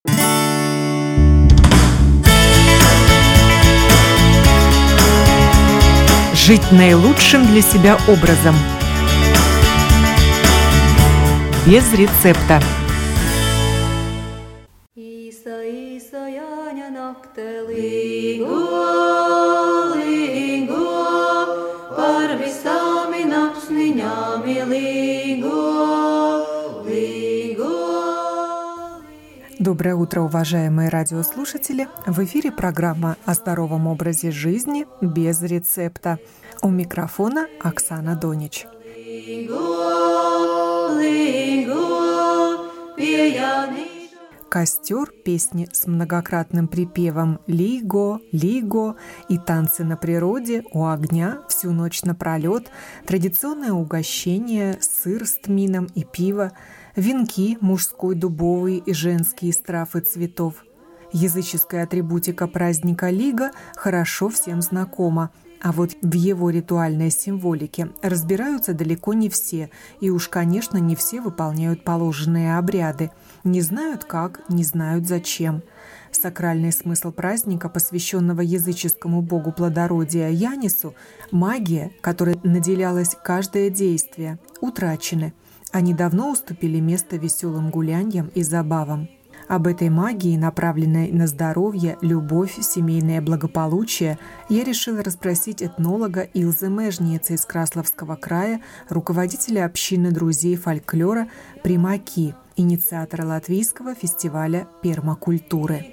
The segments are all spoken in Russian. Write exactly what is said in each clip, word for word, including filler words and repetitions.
Жить наилучшим для себя образом. Без рецепта. Доброе утро, уважаемые радиослушатели! В эфире программа о здоровом образе жизни без рецепта. У микрофона Оксана Донич. Костер, песни с многократным припевом «Лиго, Лиго» и танцы на природе у огня всю ночь напролет, традиционное угощение, сыр с тмином и пиво, венки мужской, дубовый и женский из трав и цветов. Языческая атрибутика праздника Лига хорошо всем знакома, а вот в его ритуальной символике разбираются далеко не все, и уж, конечно, не все выполняют положенные обряды, не знают как, не знают зачем. Сакральный смысл праздника, посвященного языческому богу плодородия Янису, магия, которой наделялось каждое действие, утрачены. Они давно уступили место веселым гуляньям и забавам. Об этой магии, направленной на здоровье, любовь, семейное благополучие, я решила расспросить этнолога Илзы Межницы из Красловского края, руководителя общины друзей фольклора «Примаки», инициатора латвийского фестиваля пермакультуры.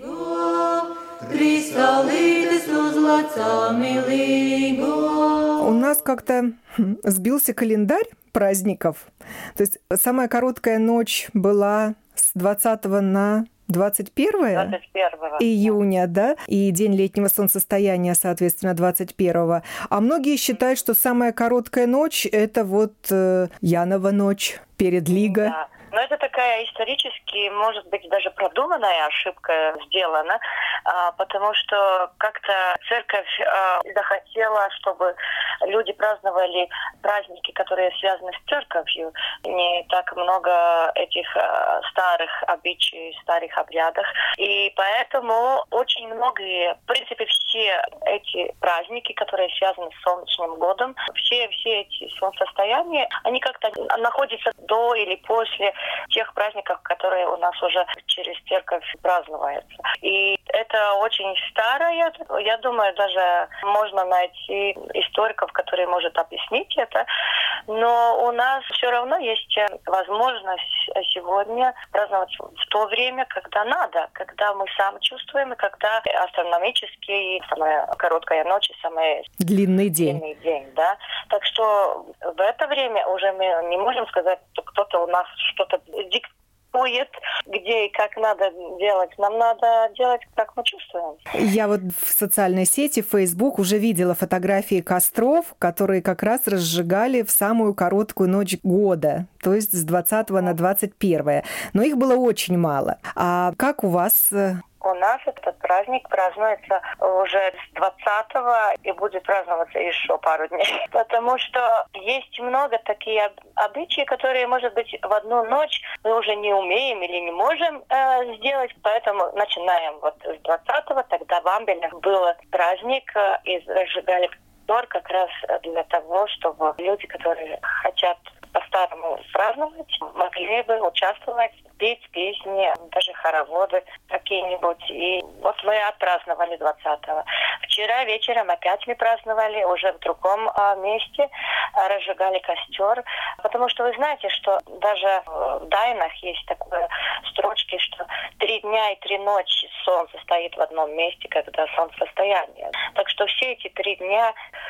У нас как-то сбился календарь праздников. То есть самая короткая ночь была с двадцатого на двадцать первое двадцать первого июня, да, и день летнего солнцестояния, соответственно, двадцать первого. А многие считают, что самая короткая ночь – это вот э, Янова ночь перед Лиго. Да. Но это такая исторически, может быть, даже продуманная ошибка сделана, потому что как-то церковь захотела, чтобы люди праздновали праздники, которые связаны с церковью. Не так много этих старых обычаев, старых обрядов. И поэтому очень многие, в принципе, все эти праздники, которые связаны с солнечным годом, все, все эти солнцестояния, они как-то находятся до или после тех праздников, которые у нас уже через церковь празднуются. И это очень старое. Я думаю, даже можно найти историков, которые могут объяснить это. Но у нас все равно есть возможность сегодня праздновать в то время, когда надо, когда мы сами чувствуем, и когда астрономический, самая короткая ночь, самый длинный день. длинный день, да. Так что в это время уже мы не можем сказать, что кто-то у нас что-то диктует, где и как надо делать. Нам надо делать, как мы чувствуем. Я вот в социальной сети Facebook уже видела фотографии костров, которые как раз разжигали в самую короткую ночь года, то есть с двадцатого на двадцать первое. Но их было очень мало. А как у вас? У нас этот праздник празднуется уже с двадцатого и будет праздноваться еще пару дней. Потому что есть много таких обычаев, которые, может быть, в одну ночь мы уже не умеем или не можем э, сделать. Поэтому начинаем вот с двадцатого. Тогда в Амбелях был праздник э, и разжигали костер как раз для того, чтобы люди, которые хотят по-старому праздновать, могли бы участвовать, петь песни, даже хороводы какие-нибудь. И вот мы отпраздновали двадцатого. Вчера вечером опять мы праздновали уже в другом а, месте, а, разжигали костер. Потому что вы знаете, что даже в Дайнах есть такое строчки, что три дня и три ночи солнце стоит в одном месте, когда солнцестояние. Так что все эти три дня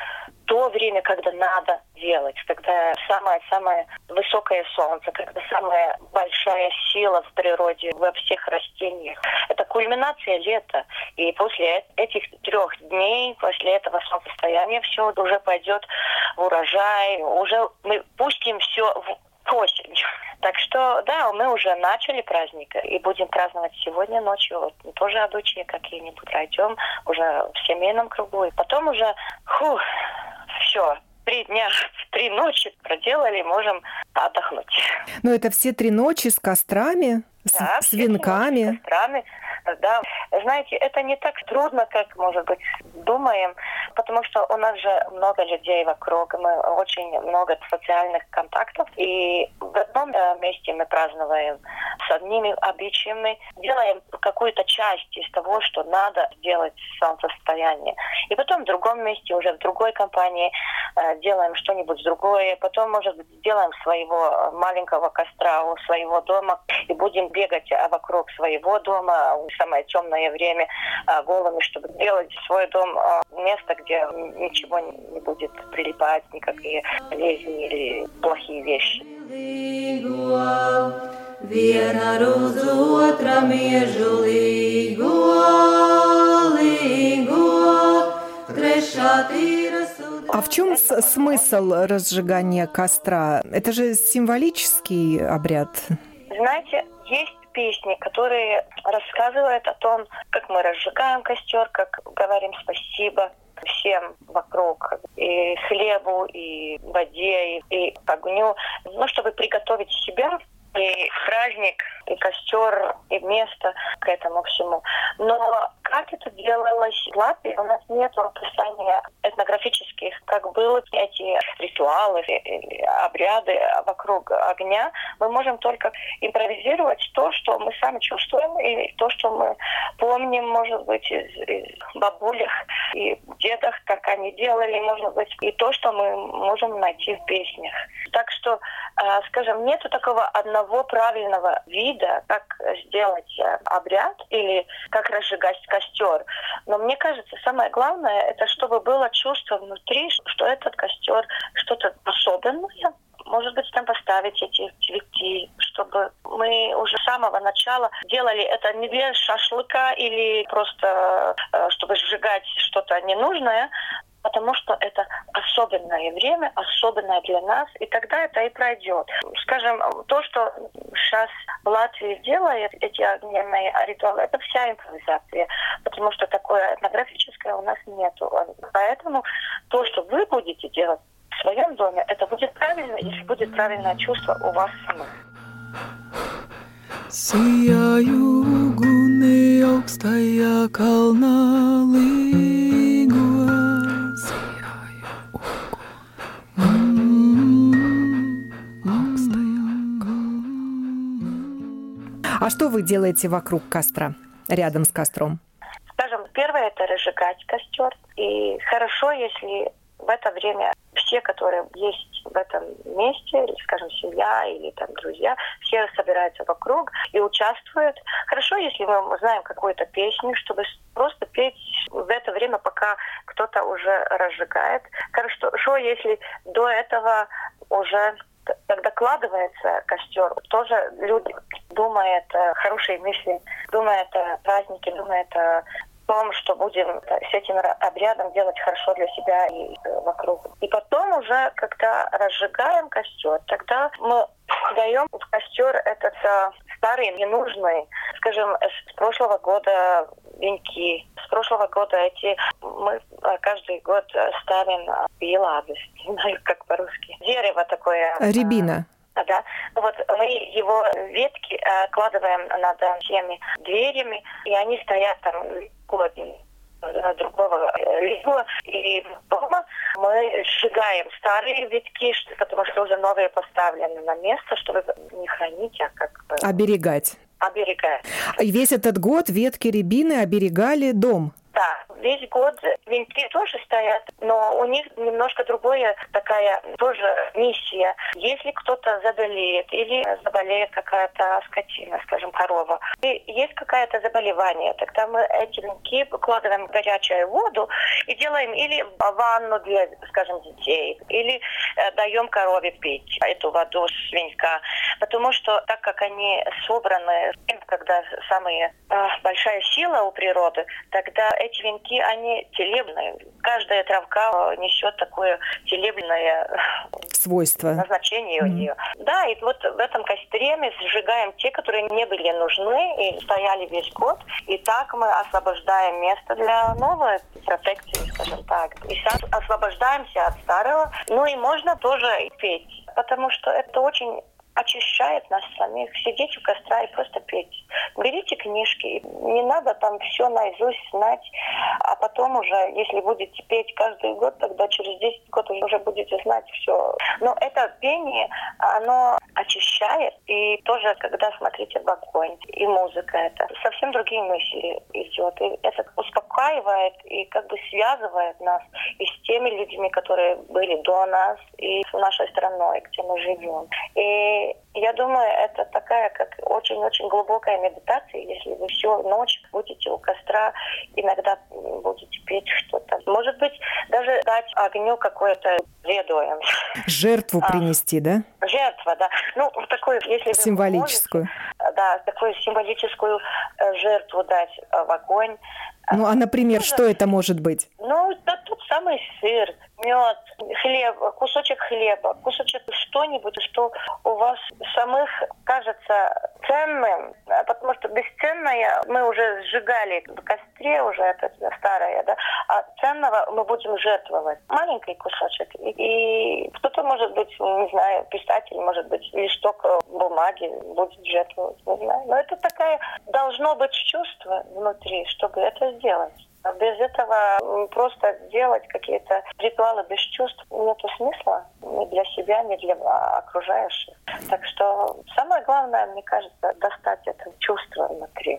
то время, когда надо делать, когда самое-самое высокое солнце, когда самая большая сила в природе, во всех растениях. Это кульминация лета. И после этих трех дней, после этого солнцестояния, все уже пойдет в урожай, уже мы пустим все в осень. Так что, да, мы уже начали праздник и будем праздновать сегодня ночью. Вот, тоже обычаи какие-нибудь пройдем уже в семейном кругу. И потом уже, фу, все. три дня, три ночи проделали, можем отдохнуть. Но это все три ночи с кострами, с, да, с венками. С кострами. Да, знаете, это не так трудно, как, может быть, думаем, потому что у нас же много людей вокруг, мы очень много социальных контактов, и в одном месте мы празднуем с одними обычаями, делаем какую-то часть из того, что надо сделать в солнцестоянии. И потом в другом месте, уже в другой компании делаем что-нибудь другое, потом, может быть, сделаем своего маленького костра у своего дома и будем бегать вокруг своего дома в самое темное время голыми, чтобы сделать свой дом место, где ничего не будет прилипать, никакие болезни или плохие вещи. А в чем смысл разжигания костра? Это же символический обряд. Знаете, есть песни, которые рассказывают о том, как мы разжигаем костер, как говорим спасибо всем вокруг, и хлебу, и воде, и, и огню, ну, чтобы приготовить себя, и праздник, и костер, и место к этому всему. Но как это делалось в Латвии, у нас нет описания этнографических, как были эти ритуалы или обряды вокруг огня. Мы можем только импровизировать то, что мы сами чувствуем, и то, что мы помним, может быть, из, из бабулях и дедах, как они делали, может быть, и то, что мы можем найти в песнях. Так что, скажем, нету такого одного правильного вида, как сделать обряд или как разжигать костер. Но мне кажется, самое главное, это чтобы было чувство внутри, что этот костер что-то особенное. Может быть, там поставить эти цветы, чтобы мы уже с самого начала делали это не для шашлыка или просто чтобы сжигать что-то ненужное, потому что это особенное время, особенное для нас, и тогда это и пройдет. Скажем, то, что сейчас в Латвии делает эти огненные ритуалы, это вся импровизация, потому что такое этнографическое у нас нету. Поэтому то, что вы будете делать в своем доме, это будет правильно, если будет правильное чувство у вас самих. Сияю гуны augstājā kalnā līgos. А что вы делаете вокруг костра, рядом с костром? Скажем, первое – это разжигать костер. И хорошо, если в это время все, которые есть в этом месте, или, скажем, семья или там друзья, все собираются вокруг и участвуют. Хорошо, если мы знаем какую-то песню, чтобы просто петь в это время, пока кто-то уже разжигает. Хорошо, если до этого уже когда докладывается костер, тоже люди думают хорошие мысли, думают о празднике, думают о том, что будем с этим обрядом делать хорошо для себя и вокруг. И потом уже, когда разжигаем костер, тогда мы даем в костер этот старый, ненужный, скажем, с прошлого года венки. С прошлого года эти мы каждый год ставим пиладос, не знаю, как по-русски. Дерево такое. Рябина. А, да. Вот мы его ветки э, кладываем над всеми дверями, и они стоят там один другого либо и дома мы сжигаем старые ветки, потому что уже новые поставлены на место, чтобы не хранить, а как бы оберегать. Оберегать. И весь этот год ветки рябины оберегали дом. Да, весь год венки тоже стоят, но у них немножко другая такая тоже миссия. Если кто-то заболеет или заболеет какая-то скотина, скажем, корова, и есть какое-то заболевание, тогда мы эти венки кладываем в горячую воду и делаем или ванну для, скажем, детей, или э, даем корове пить эту воду с венка. Потому что так как они собраны, когда самая э, большая сила у природы, тогда эти венки, они теле целебное. Каждая травка несет такое целебное свойство, назначение mm-hmm. у нее. Да, и вот в этом костре мы сжигаем те, которые не были нужны и стояли весь год. И так мы освобождаем место для новой протекции, скажем так. И освобождаемся от старого. Ну и можно тоже петь, потому что это очень очищает нас самих. Сидеть у костра и просто петь. Берите книжки. Не надо там все наизусть знать. А потом уже, если будете петь каждый год, тогда через десять год вы уже будете знать все. Но это пение, оно очищает. И тоже, когда смотрите в огонь, и музыка, это совсем другие мысли идет. И это успокаивает и как бы связывает нас и с теми людьми, которые были до нас, и с нашей страной, где мы живем. И я думаю, это такая, как очень-очень глубокая медитация, если вы всю ночь будете у костра, иногда будете петь что-то. Может быть, даже дать огню какое-то ведуем. Жертву а, принести, да? Жертва, да. Ну, такую, если вы символическую. Можете, да, такую символическую жертву дать в огонь. Ну, а, например, ну, что это может быть? Ну, да, тот самый сыр, мед, хлеб, кусочек хлеба, кусочек что-нибудь, что у вас самых кажется ценным, потому что бесценное мы уже сжигали в костре, уже это старое, да, а ценного мы будем жертвовать. Маленький кусочек. И, и кто-то, может быть, не знаю, писатель, может быть, листок бумаги будет жертвовать, не знаю. Но это такая, должно быть чувство внутри, чтобы это сделать. Без этого просто делать какие-то ритуалы без чувств нет смысла ни для себя, ни для окружающих. Так что самое главное, мне кажется, достать это чувство внутри.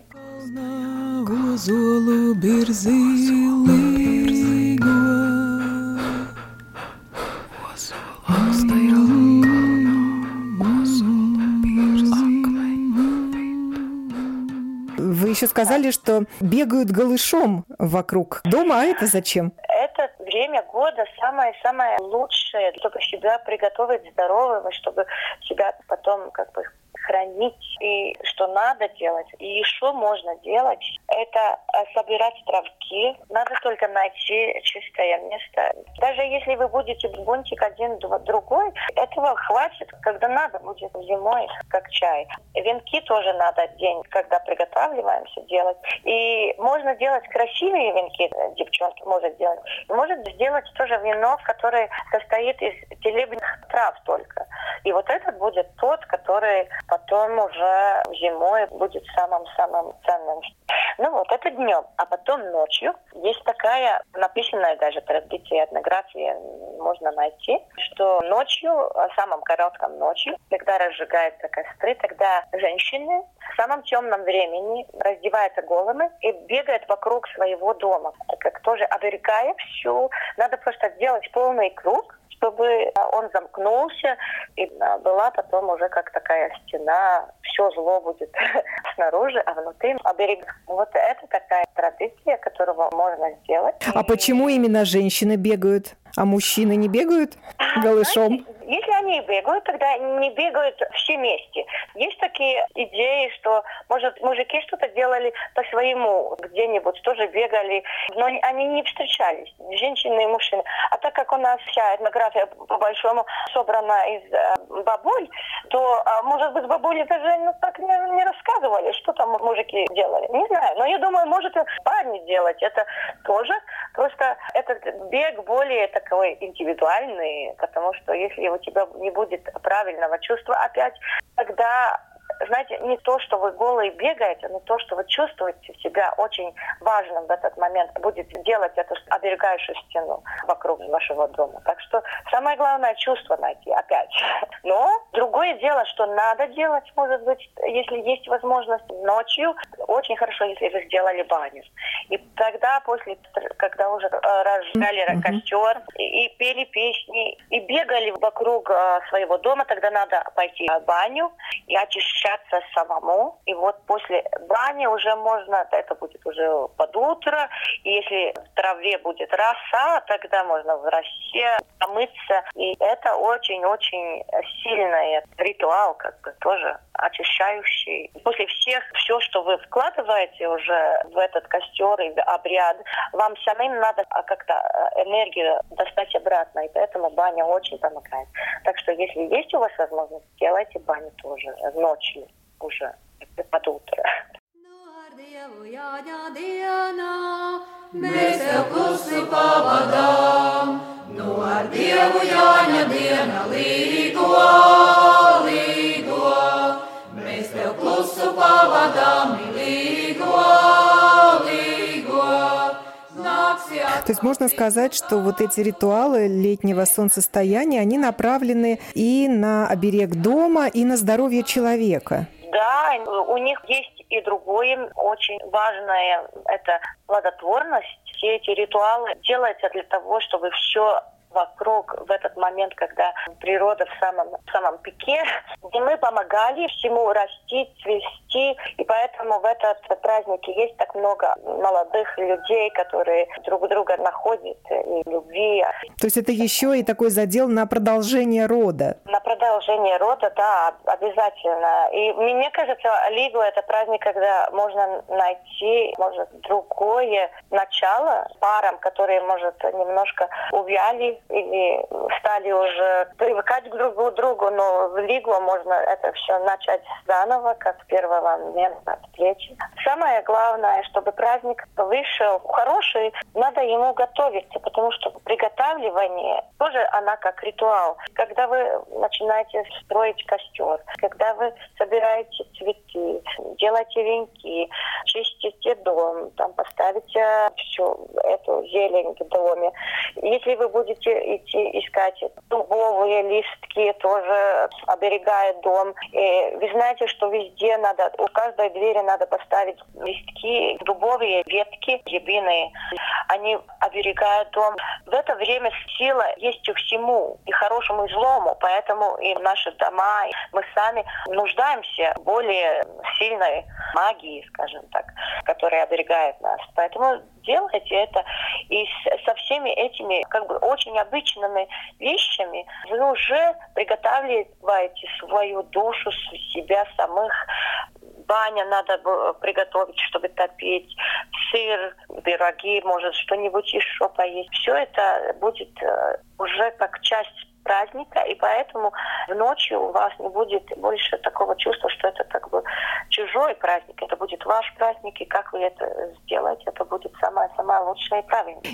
Вы еще сказали, что бегают голышом вокруг дома, а это зачем? Это время года самое-самое лучшее, чтобы себя приготовить здоровым, и чтобы себя потом как бы хранить. И что надо делать, и еще можно делать, это собирать травки. Надо только найти чистое место. Даже если вы будете бунтик один, другой, этого хватит, когда надо будет зимой, как чай. Венки тоже надо день, когда приготавливаемся, делать. И можно делать красивые венки, девчонки может делать. И может сделать тоже венок, который состоит из целебных трав только. И вот этот будет тот, который потом уже зимой будет самым-самым ценным. Ну вот это днем. А потом ночью есть такая написанная даже традиция этнографии, можно найти, что ночью, в самом коротком ночью, когда разжигаются костры, тогда женщины в самом темном времени раздеваются голыми и бегают вокруг своего дома. Как тоже оберегая всю, надо просто сделать полный круг, чтобы он замкнулся, и была потом уже как такая стена, все зло будет снаружи, а внутри оберег. Вот это такая традиция, которую можно сделать. А почему именно женщины бегают, а мужчины не бегают голышом? Знаете, если они бегают, тогда не бегают все вместе. Есть такие идеи, что, может, мужики что-то делали по-своему, где-нибудь тоже бегали, но они не встречались, женщины и мужчины. А так как у нас вся этнография по-большому собрана из э, бабуль, то, э, может быть, бабули даже ну, так не, не рассказывали, что там мужики делали. Не знаю, но я думаю, может и парни делать. Это тоже просто этот бег более такой индивидуальный, потому что если у тебя не будет правильного чувства опять, тогда, знаете, не то, что вы голые бегаете, но то, что вы чувствуете себя очень важным в этот момент, будет делать эту оберегающую стену вокруг вашего дома. Так что самое главное чувство найти опять. Но другое дело, что надо делать, может быть, если есть возможность ночью, очень хорошо, если вы сделали баню. И тогда после, когда уже разжигали mm-hmm. костер и, и пели песни, и бегали вокруг своего дома, тогда надо пойти в баню и очищаться самому. И вот после бани уже можно, это будет уже под утро, и если в траве будет роса, тогда можно в росе помыться. И это очень-очень сильный ритуал, как бы тоже очищающий. После всех, все, что вы вкладываете уже в этот костер и в обряд, вам самим надо как-то энергию достать обратно, и поэтому баня очень помогает. Так что, если есть у вас возможность, делайте баню тоже ночью уже, под утро. Mēs tev klusi pavadām, nu ar Dievu Jāņa diena līgo, līgo. Mēs tev klusu pavadām, līgo, līgo. То есть можно сказать, что вот эти ритуалы летнего солнцестояния, они направлены и на оберег дома, и на здоровье человека. Да, у них есть и другое очень важное, это плодотворность. Все эти ритуалы делаются для того, чтобы все вокруг в этот момент, когда природа в самом, в самом пике, и мы помогали всему расти, цвести, и поэтому в этот праздник есть так много молодых людей, которые друг друга находят и любви. То есть это еще и такой задел на продолжение рода? На продолжение рода, да, обязательно. И мне кажется, Лиго — это праздник, когда можно найти, может, другое начало парам, которые, может, немножко увяли или стали уже привыкать друг к другу, но в Лигу можно это все начать заново, как с первого момента, от плечи. Самое главное, чтобы праздник вышел хороший, надо ему готовиться, потому что приготавливание тоже она как ритуал. Когда вы начинаете строить костер, когда вы собираете цветы, делаете венки, чистите дом, там поставите всю эту зелень в доме. Если вы будете идти искать дубовые листки, тоже оберегает дом. И вы знаете, что везде надо, у каждой двери надо поставить листки, дубовые ветки, рябиные. Они оберегают дом. В это время сила есть у всему, и хорошему, и злому. Поэтому и наши дома, и мы сами нуждаемся в более сильной магии, скажем так, которая оберегает нас. Поэтому делайте это. И со всеми этими как бы очень обычными вещами вы уже приготавливаете свою душу, себя самых. Баня надо приготовить, чтобы топить, сыр, пироги, может, что-нибудь еще поесть. Все это будет уже как часть праздника, и поэтому ночью у вас не будет больше такого чувства, что это как бы чужой праздник. Это будет ваш праздник, и как вы это сделаете, это будет самое-самое лучшее и правильное.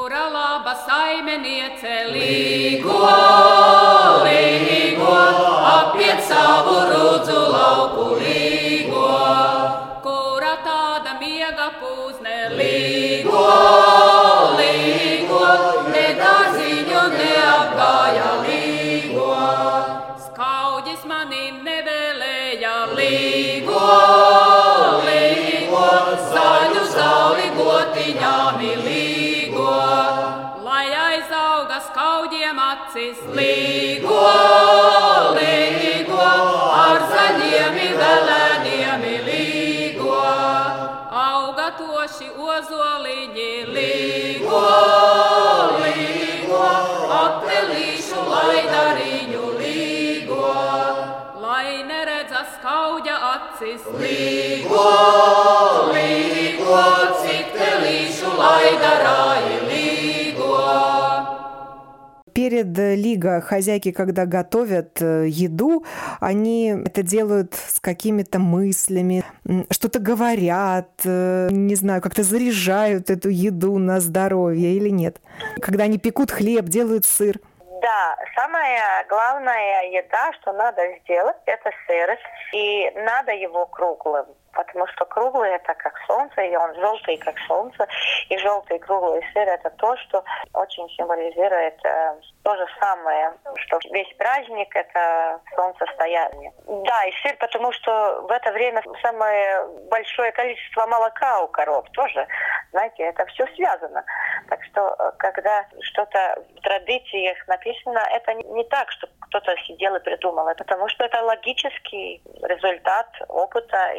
Līgo, līgo, ar zaļiem velēniem līgo, auga toši ozoliņi līgo, līgo, apelīšu laidariņu līgo, lai neredza skaudja acis līgo, līgo, ciktelīšu laidarāji līgo. Перед Лиго хозяйки, когда готовят еду, они это делают с какими-то мыслями, что-то говорят, не знаю, как-то заряжают эту еду на здоровье или нет. Когда они пекут хлеб, делают сыр. Да, самая главная еда, что надо сделать, это сыр, и надо его круглым. Потому что круглый — это как солнце, и он желтый, как солнце. И желтый круглый сыр — это то, что очень символизирует э, то же самое, что весь праздник — это солнцестояние. Да, и сыр, потому что в это время самое большое количество молока у коров тоже. Знаете, это все связано. Так что, когда что-то в традициях написано, это не так, что кто-то сидел и придумал. Это потому что это логический результат опыта и жизни.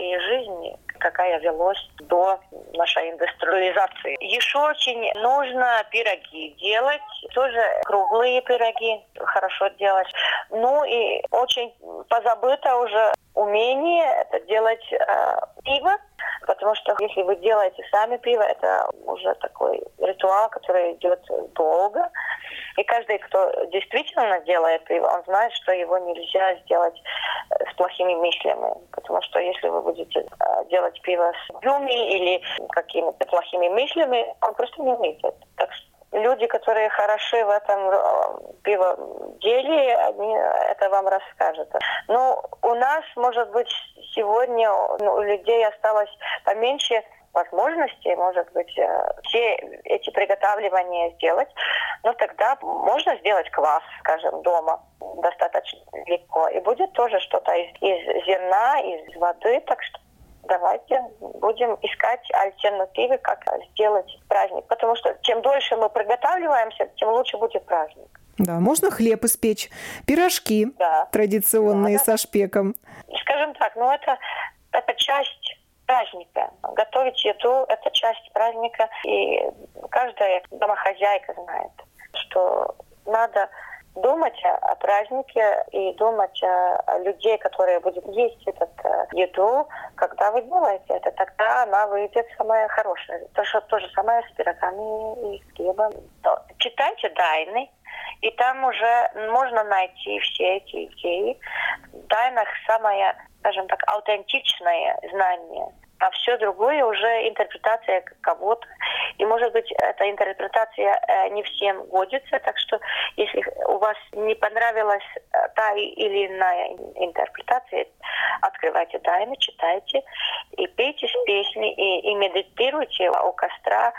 жизни, какая велась до нашей индустриализации. Еще очень нужно пироги делать, тоже круглые пироги хорошо делать. Ну и очень позабыто уже умение это делать э, пиво, потому что если вы делаете сами пиво, это уже такой ритуал, который идет долго. И каждый, кто действительно делает пиво, он знает, что его нельзя сделать с плохими мыслями. Потому что если вы будете делать пиво с дюми или какими-то плохими мыслями, он просто не выйдет. Так что люди, которые хороши в этом пиводеле, они это вам расскажут. Но у нас, может быть, сегодня у людей осталось поменьше возможностей, может быть, все эти приготавливания сделать, но тогда можно сделать квас, скажем, дома достаточно легко. И будет тоже что-то из, из зерна, из воды, так что давайте будем искать альтернативы, как сделать праздник. Потому что чем дольше мы приготавливаемся, тем лучше будет праздник. Да, можно хлеб испечь, пирожки да. традиционные да, да. со шпеком. Скажем так, ну это, это часть праздника. Готовить еду – это часть праздника, и каждая домохозяйка знает, что надо думать о празднике и думать о людей, которые будут есть эту еду, когда вы делаете это, тогда она выйдет самая хорошая. То, что то же самое с пирогами и хлебом. Читайте Дайны, и там уже можно найти все эти идеи. В Дайнах самое, скажем так, аутентичное знание, а все другое уже интерпретация кого-то. И, может быть, эта интерпретация э, не всем годится. Так что, если у вас не понравилась та или иная интерпретация, открывайте Дайны, читайте, и пейте песни, и, и медитируйте у костра,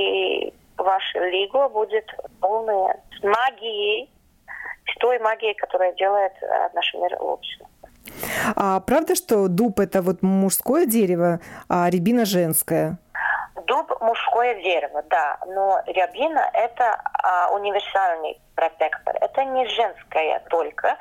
и ваше лиго будет полное с магией, с той магией, которая делает э, наш мир лучше. А правда, что дуб – это вот мужское дерево, а рябина – женское? Дуб – мужское дерево, да, но рябина – это а, универсальный протектор. Это не женское только.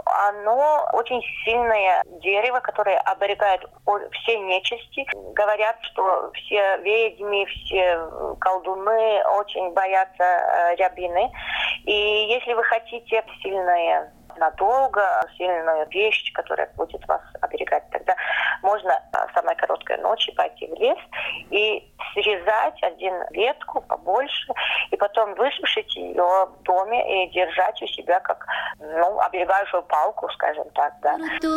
Оно очень сильное дерево, которое оберегает все нечисти. Говорят, что все ведьмы, все колдуны очень боятся а, рябины. И если вы хотите сильное надолго, сильную вещь, которая будет вас оберегать. Тогда можно самой короткой ночи пойти в лес и срезать один ветку побольше, и потом высушить ее в доме и держать у себя как, ну, оберегающую палку, скажем так, да.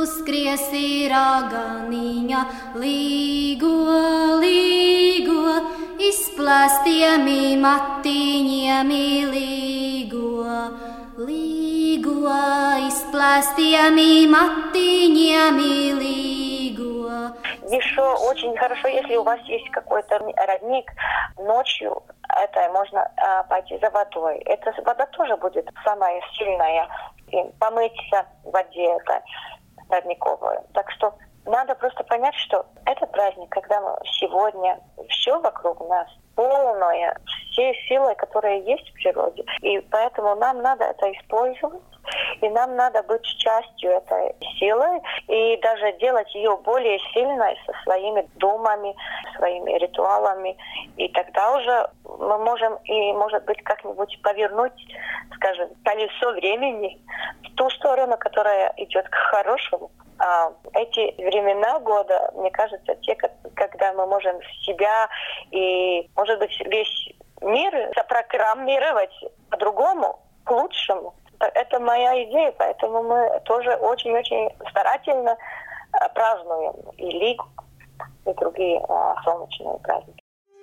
Ligua, isplastiami mattiņami ligua. Еще очень хорошо, если у вас есть какой-то родник, ночью это можно а, пойти за водой. Эта вода тоже будет самая сильная. И помыться в воде это родниковую. Так что надо просто понять, что этот праздник, когда мы сегодня все вокруг нас полное, все силы, которые есть в природе. И поэтому нам надо это использовать, и нам надо быть частью этой силы, и даже делать ее более сильной со своими думами, своими ритуалами. И тогда уже мы можем, и, может быть, как-нибудь повернуть, скажем, колесо времени в ту сторону, которая идет к хорошему. А эти времена года, мне кажется, те, когда мы можем себя и, может быть, весь мир запрограммировать по-другому, к лучшему. Это моя идея, поэтому мы тоже очень-очень старательно празднуем и Лигу, и другие а, солнечные праздники.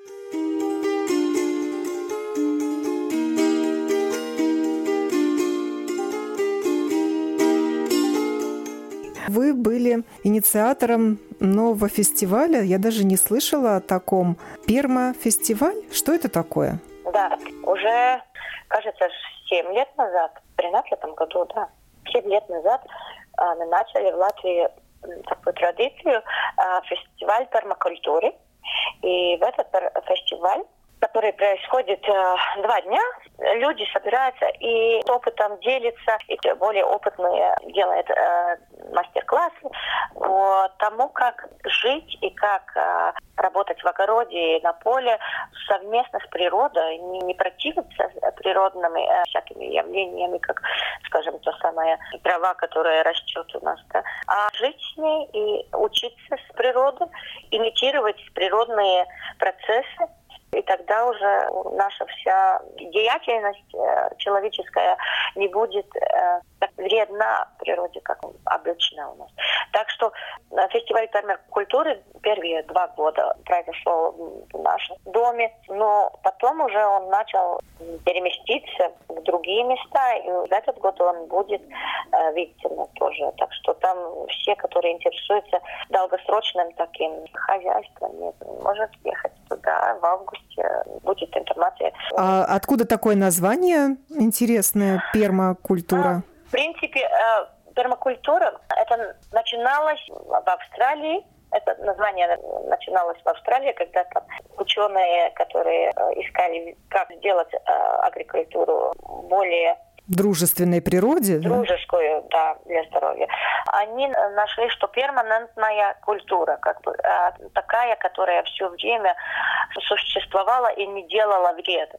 Вы были инициатором нового фестиваля. Я даже не слышала о таком. Перма-фестиваль? Что это такое? Да, уже, кажется, семь лет назад, в тринадцатом году, да, семь лет назад а, мы начали в Латвии такую традицию, а, фестиваль пермакультуры. И в этот фестиваль, который происходит э, два дня, люди собираются и опытом делятся, и более опытные делают э, мастер-классы по тому, как жить и как э, работать в огороде и на поле совместно с природой, не, не противиться природными э, всякими явлениями, как, скажем, то самое трава, которая растет у нас, да, а жить с ней и учиться с природой, имитировать природные процессы. И тогда уже наша вся деятельность э, человеческая не будет э, так вредна природе, как обычно у нас. Так что э, фестиваль пермакультуры первые два года произошел в нашем доме, но потом уже он начал переместиться в другие места, и в этот год он будет э, видимо тоже. Так что там все, которые интересуются долгосрочным таким хозяйством, может ехать туда в августе. Будет информация. А откуда такое название интересное, пермакультура? А, в принципе, пермакультура, это начиналось в Австралии. Это название начиналось в Австралии, когда там ученые, которые искали, как сделать агрикультуру более дружественной природе, дружескую, да? да, для здоровья. Они нашли, что перманентная культура, как бы такая, которая все время существовала и не делала вред.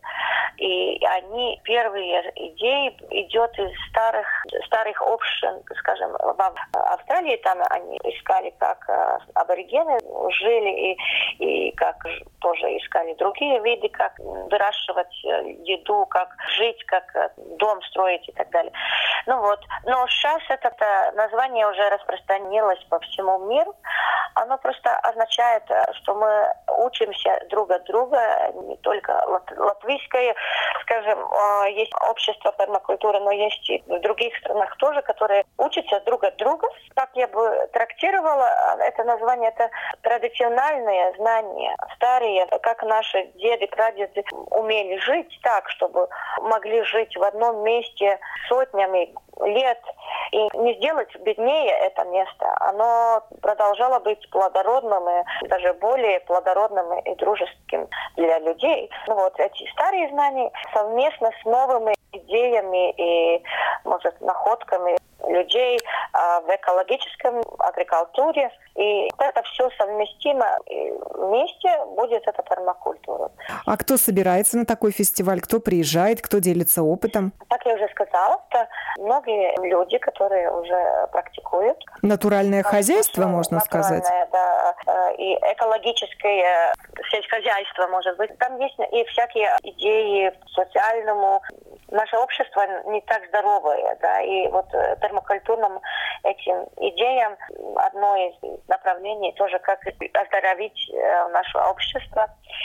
И они, первые идеи идет из старых, старых общин, скажем, в Австралии, там они искали, как аборигены жили, и, и как тоже искали другие виды, как выращивать еду, как жить, как дом строить и так далее. Ну вот. Но сейчас это название уже распространилось по всему миру. Оно просто означает, что мы учимся друг от друга, не только латвийское, скажем, есть общество пермакультуры, но есть и в других странах тоже, которые учатся друг от друга. Как я бы трактировала это название, это традиционные знания, старые, как наши деды, прадеды умели жить так, чтобы могли жить в одном месте сотнями лет и не сделать беднее это место. Оно продолжало быть плодородным и даже более плодородным и дружеским для людей. Ну вот эти старые знания совместно с новыми идеями и, может, находками людей а, в экологическом агрикультуре. И это все совместимо. И вместе будет эта пермакультура. А кто собирается на такой фестиваль? Кто приезжает? Кто делится опытом? Как я уже сказала, это многие люди, которые уже практикуют. Натуральное хозяйство, ну, можно натуральное, сказать. Да, и экологическое сельскохозяйство, может быть. Там есть и всякие идеи социальному. Наше общество не так здоровое, да, и вот пермакультурным этим идеям одно из направлений тоже, как оздоровить наше общество.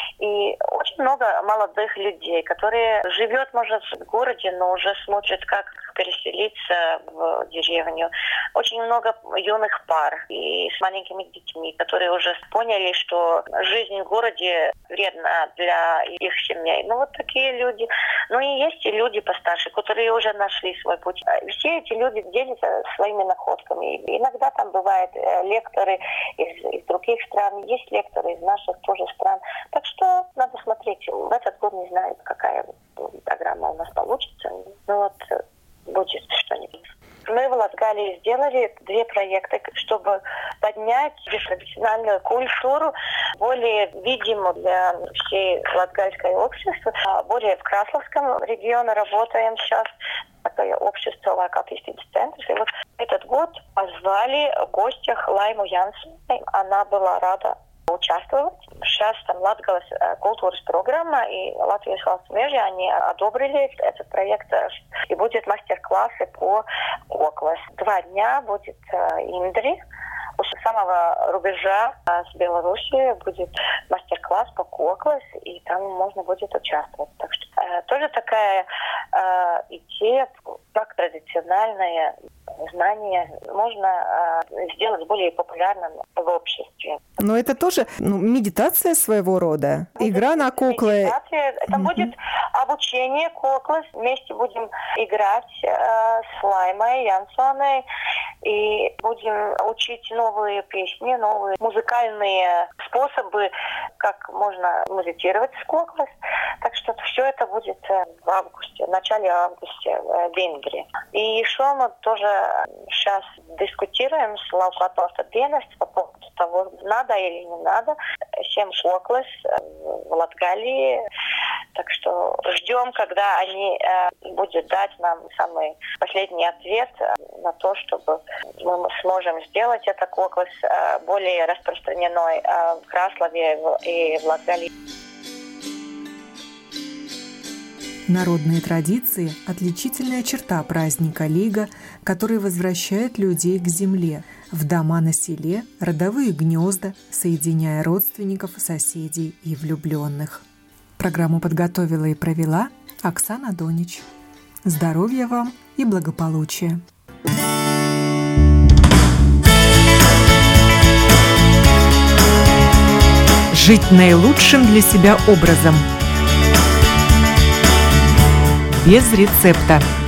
И очень много молодых людей, которые живет, может, в городе, но уже смотрят, как переселиться в деревню. Очень много юных пар и с маленькими детьми, которые уже поняли, что жизнь в городе вредна для их семей. Ну, вот такие люди. Ну, и есть и люди постарше, которые уже нашли свой путь. Все эти люди делятся своими находками. И иногда там бывают лекторы из, из других стран, есть лекторы из наших тоже стран. Так что надо смотреть. В этот год не знаю, какая программа у нас получится. Ну вот будет что-нибудь. Мы в Латгалии сделали две проекта, чтобы поднять традиционную культуру, более видимую для всей латгальской общества. Более в Красловском регионе работаем сейчас. Такое общество Лайкатистības центр. И вот этот год позвали в гостях Лайму Янсу. Она была рада участвовать. Сейчас там Латгалас культурная программа и Латвийс valsts meži, они одобрили этот проект. И будет мастер-классы по коклас. Два дня будет Индри. У самого рубежа с Белоруссией будет мастер-класс по коклас, и там можно будет участвовать. Так что э, тоже такая э, идея, как традиционное знание можно э, сделать более популярным в обществе. Но это тоже ну, медитация своего рода, будет игра на куклы. Медитация. Это mm-hmm. будет обучение коклас. Вместе будем играть э, с Лаймой Янсоной и будем учить новые песни, новые музыкальные способы, как можно музицировать с коклас. Так что что все это будет в августе, в начале августа в Венгрии. И еще мы тоже сейчас дискутируем с Лаука-Atostu dienestu по поводу того, надо или не надо всем коклас в Латгалии. Так что ждем, когда они э, будут дать нам самый последний ответ э, на то, чтобы мы сможем сделать это коклас э, более распространенной э, в Краславе и в Латгалии. Народные традиции – отличительная черта праздника Лига, который возвращает людей к земле, в дома на селе, родовые гнезда, соединяя родственников, соседей и влюбленных. Программу подготовила и провела Оксана Донич. Здоровья вам и благополучия! Жить наилучшим для себя образом. Без рецепта.